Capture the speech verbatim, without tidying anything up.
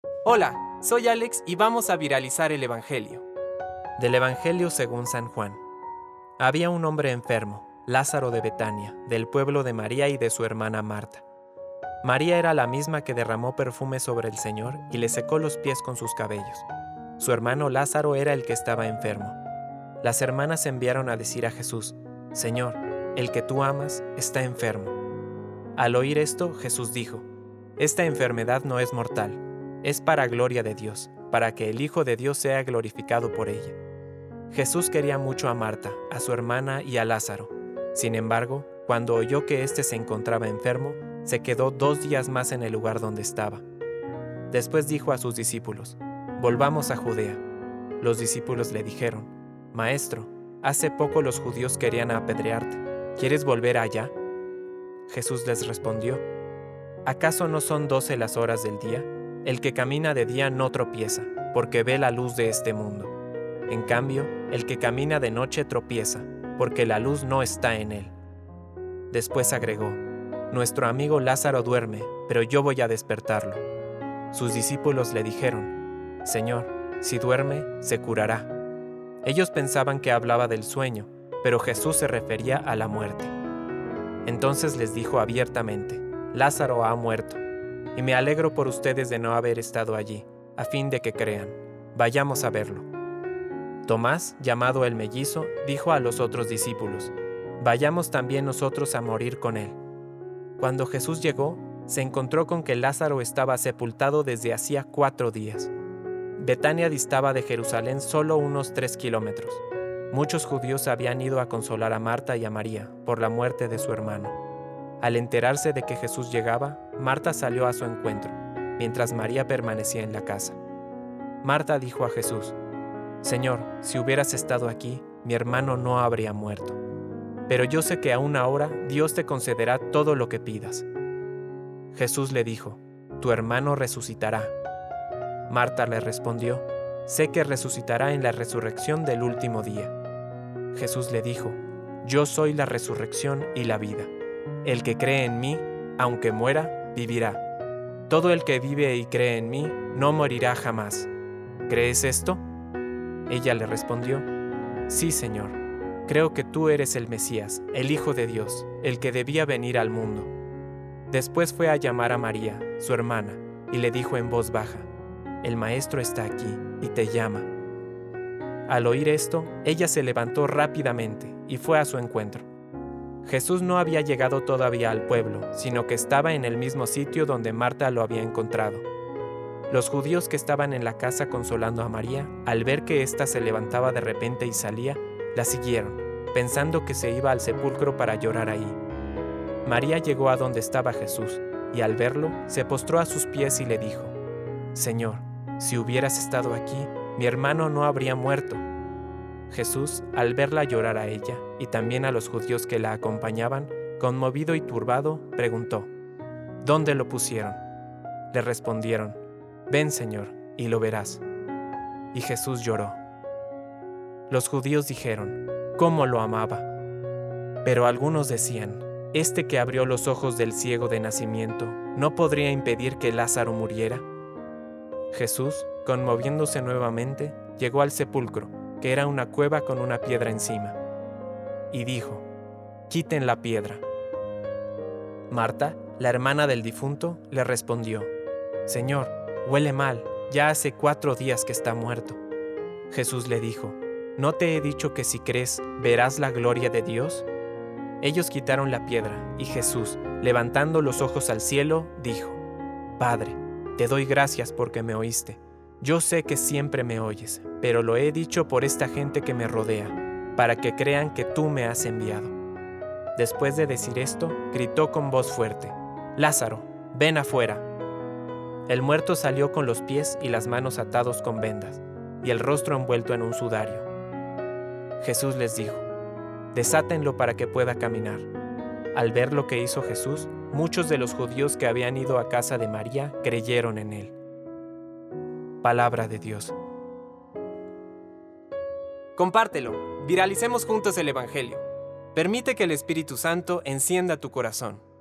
Hola, soy Alex y vamos a viralizar el Evangelio. Del Evangelio según San Juan. Había un hombre enfermo, Lázaro de Betania, del pueblo de María y de su hermana Marta. María era la misma que derramó perfume sobre el Señor y le secó los pies con sus cabellos. Su hermano Lázaro era el que estaba enfermo. Las hermanas enviaron a decir a Jesús: Señor, el que tú amas está enfermo. Al oír esto, Jesús dijo: Esta enfermedad no es mortal, es para gloria de Dios, para que el Hijo de Dios sea glorificado por ella. Jesús quería mucho a Marta, a su hermana y a Lázaro. Sin embargo, cuando oyó que éste se encontraba enfermo, se quedó dos días más en el lugar donde estaba. Después dijo a sus discípulos: Volvamos a Judea. Los discípulos le dijeron: Maestro, hace poco los judíos querían apedrearte. ¿Quieres volver allá? Jesús les respondió: ¿Acaso no son doce las horas del día? El que camina de día no tropieza, porque ve la luz de este mundo. En cambio, el que camina de noche tropieza, porque la luz no está en él. Después agregó: Nuestro amigo Lázaro duerme, pero yo voy a despertarlo. Sus discípulos le dijeron: Señor, si duerme, se curará. Ellos pensaban que hablaba del sueño, pero Jesús se refería a la muerte. Entonces les dijo abiertamente: Lázaro ha muerto, y me alegro por ustedes de no haber estado allí, a fin de que crean. Vayamos a verlo. Tomás, llamado el mellizo, dijo a los otros discípulos: Vayamos también nosotros a morir con él. Cuando Jesús llegó, se encontró con que Lázaro estaba sepultado desde hacía cuatro días. Betania distaba de Jerusalén solo unos tres kilómetros. Muchos judíos habían ido a consolar a Marta y a María por la muerte de su hermano. Al enterarse de que Jesús llegaba, Marta salió a su encuentro, mientras María permanecía en la casa. Marta dijo a Jesús: Señor, si hubieras estado aquí, mi hermano no habría muerto. Pero yo sé que aún ahora Dios te concederá todo lo que pidas. Jesús le dijo: Tu hermano resucitará. Marta le respondió: Sé que resucitará en la resurrección del último día. Jesús le dijo: Yo soy la resurrección y la vida. El que cree en mí, aunque muera, vivirá. Todo el que vive y cree en mí, no morirá jamás. ¿Crees esto? Ella le respondió: Sí, Señor. Creo que tú eres el Mesías, el Hijo de Dios, el que debía venir al mundo. Después fue a llamar a María, su hermana, y le dijo en voz baja: El Maestro está aquí y te llama. Al oír esto, ella se levantó rápidamente y fue a su encuentro. Jesús no había llegado todavía al pueblo, sino que estaba en el mismo sitio donde Marta lo había encontrado. Los judíos que estaban en la casa consolando a María, al ver que ésta se levantaba de repente y salía, la siguieron, pensando que se iba al sepulcro para llorar ahí. María llegó a donde estaba Jesús, y al verlo, se postró a sus pies y le dijo: Señor, si hubieras estado aquí, mi hermano no habría muerto. Jesús, al verla llorar a ella, y también a los judíos que la acompañaban, conmovido y turbado, preguntó: ¿Dónde lo pusieron? Le respondieron: Ven, Señor, y lo verás. Y Jesús lloró. Los judíos dijeron: ¿Cómo lo amaba? Pero algunos decían: Este que abrió los ojos del ciego de nacimiento, ¿no podría impedir que Lázaro muriera? Jesús, conmoviéndose nuevamente, llegó al sepulcro, que era una cueva con una piedra encima, y dijo: Quiten la piedra. Marta, la hermana del difunto, le respondió: Señor, huele mal, ya hace cuatro días que está muerto. Jesús le dijo: ¿No te he dicho que si crees, verás la gloria de Dios? Ellos quitaron la piedra, y Jesús, levantando los ojos al cielo, dijo: Padre, te doy gracias porque me oíste. Yo sé que siempre me oyes, pero lo he dicho por esta gente que me rodea, para que crean que tú me has enviado. Después de decir esto, gritó con voz fuerte: Lázaro, ven afuera. El muerto salió con los pies y las manos atados con vendas, y el rostro envuelto en un sudario. Jesús les dijo: Desátenlo para que pueda caminar. Al ver lo que hizo Jesús, muchos de los judíos que habían ido a casa de María creyeron en él. Palabra de Dios. Compártelo, viralicemos juntos el Evangelio. Permite que el Espíritu Santo encienda tu corazón.